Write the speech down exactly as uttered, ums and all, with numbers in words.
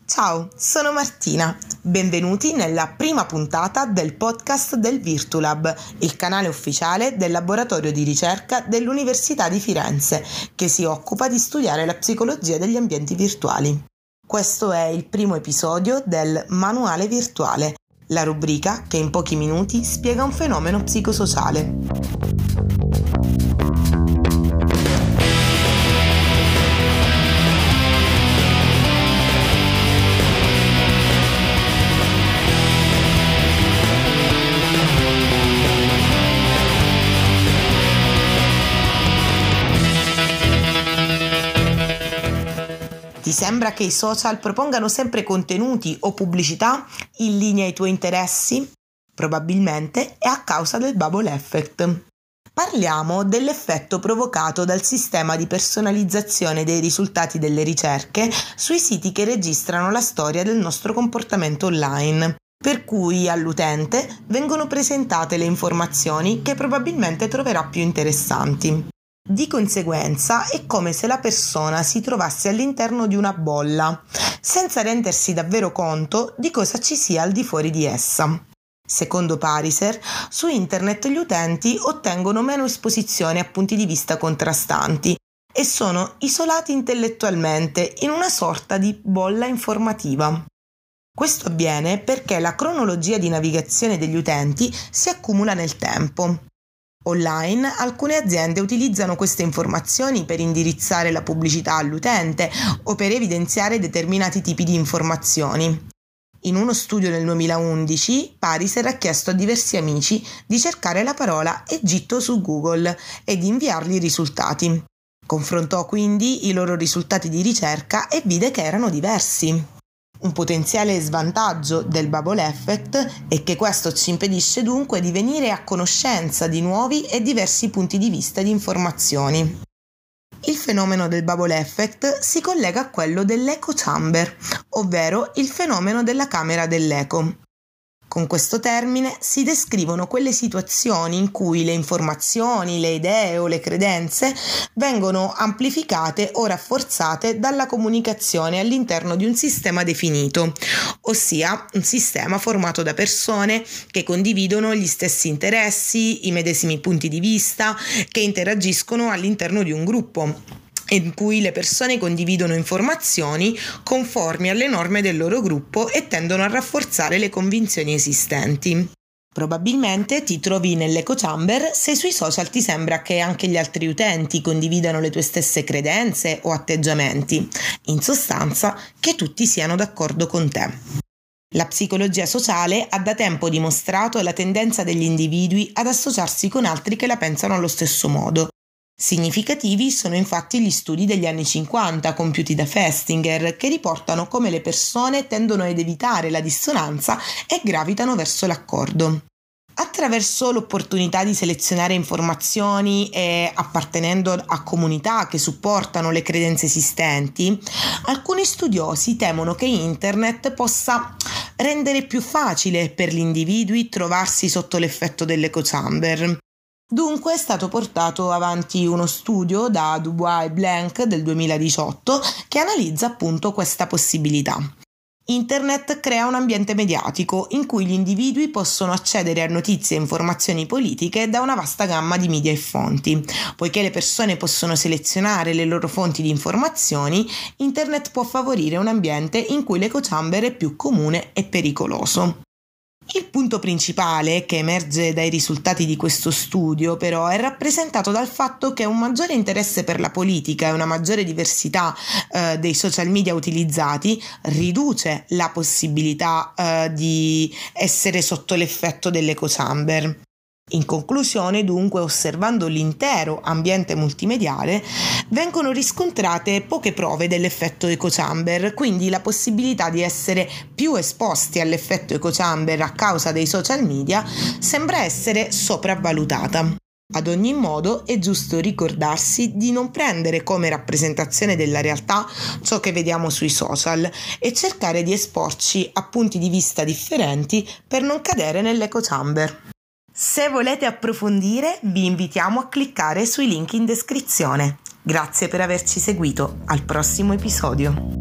Ciao, sono Martina. Benvenuti nella prima puntata del podcast del Virtulab, il canale ufficiale del laboratorio di ricerca dell'Università di Firenze, che si occupa di studiare la psicologia degli ambienti virtuali. Questo è il primo episodio del Manuale Virtuale, la rubrica che in pochi minuti spiega un fenomeno psicosociale. Ti sembra che i social propongano sempre contenuti o pubblicità in linea ai tuoi interessi? Probabilmente è a causa del bubble effect. Parliamo dell'effetto provocato dal sistema di personalizzazione dei risultati delle ricerche sui siti che registrano la storia del nostro comportamento online, per cui all'utente vengono presentate le informazioni che probabilmente troverà più interessanti. Di conseguenza è come se la persona si trovasse all'interno di una bolla, senza rendersi davvero conto di cosa ci sia al di fuori di essa. Secondo Pariser, su internet gli utenti ottengono meno esposizione a punti di vista contrastanti e sono isolati intellettualmente in una sorta di bolla informativa. Questo avviene perché la cronologia di navigazione degli utenti si accumula nel tempo. Online alcune aziende utilizzano queste informazioni per indirizzare la pubblicità all'utente o per evidenziare determinati tipi di informazioni. In uno studio del duemilaundici, Pariser ha chiesto a diversi amici di cercare la parola Egitto su Google e di inviargli i risultati. Confrontò quindi i loro risultati di ricerca e vide che erano diversi. Un potenziale svantaggio del bubble effect è che questo ci impedisce dunque di venire a conoscenza di nuovi e diversi punti di vista di informazioni. Il fenomeno del bubble effect si collega a quello dell'echo chamber, ovvero il fenomeno della camera dell'eco. Con questo termine si descrivono quelle situazioni in cui le informazioni, le idee o le credenze vengono amplificate o rafforzate dalla comunicazione all'interno di un sistema definito, ossia un sistema formato da persone che condividono gli stessi interessi, i medesimi punti di vista, che interagiscono all'interno di un gruppo, in cui le persone condividono informazioni conformi alle norme del loro gruppo e tendono a rafforzare le convinzioni esistenti. Probabilmente ti trovi nell'echo chamber se sui social ti sembra che anche gli altri utenti condividano le tue stesse credenze o atteggiamenti, in sostanza che tutti siano d'accordo con te. La psicologia sociale ha da tempo dimostrato la tendenza degli individui ad associarsi con altri che la pensano allo stesso modo. Significativi sono infatti gli studi degli anni cinquanta compiuti da Festinger, che riportano come le persone tendono ad evitare la dissonanza e gravitano verso l'accordo. Attraverso l'opportunità di selezionare informazioni e appartenendo a comunità che supportano le credenze esistenti, alcuni studiosi temono che Internet possa rendere più facile per gli individui trovarsi sotto l'effetto dell'echo chamber. Dunque è stato portato avanti uno studio da Dubois e Blank del duemiladiciotto che analizza appunto questa possibilità. Internet crea un ambiente mediatico in cui gli individui possono accedere a notizie e informazioni politiche da una vasta gamma di media e fonti. Poiché le persone possono selezionare le loro fonti di informazioni, Internet può favorire un ambiente in cui l'echo chamber è più comune e pericoloso. Il punto principale che emerge dai risultati di questo studio, però, è rappresentato dal fatto che un maggiore interesse per la politica e una maggiore diversità eh, dei social media utilizzati riduce la possibilità eh, di essere sotto l'effetto dell'echo chamber. In conclusione, dunque, osservando l'intero ambiente multimediale, vengono riscontrate poche prove dell'effetto echo chamber, quindi la possibilità di essere più esposti all'effetto echo chamber a causa dei social media sembra essere sopravvalutata. Ad ogni modo è giusto ricordarsi di non prendere come rappresentazione della realtà ciò che vediamo sui social e cercare di esporci a punti di vista differenti per non cadere nell'echo chamber. Se volete approfondire, vi invitiamo a cliccare sui link in descrizione. Grazie per averci seguito, al prossimo episodio.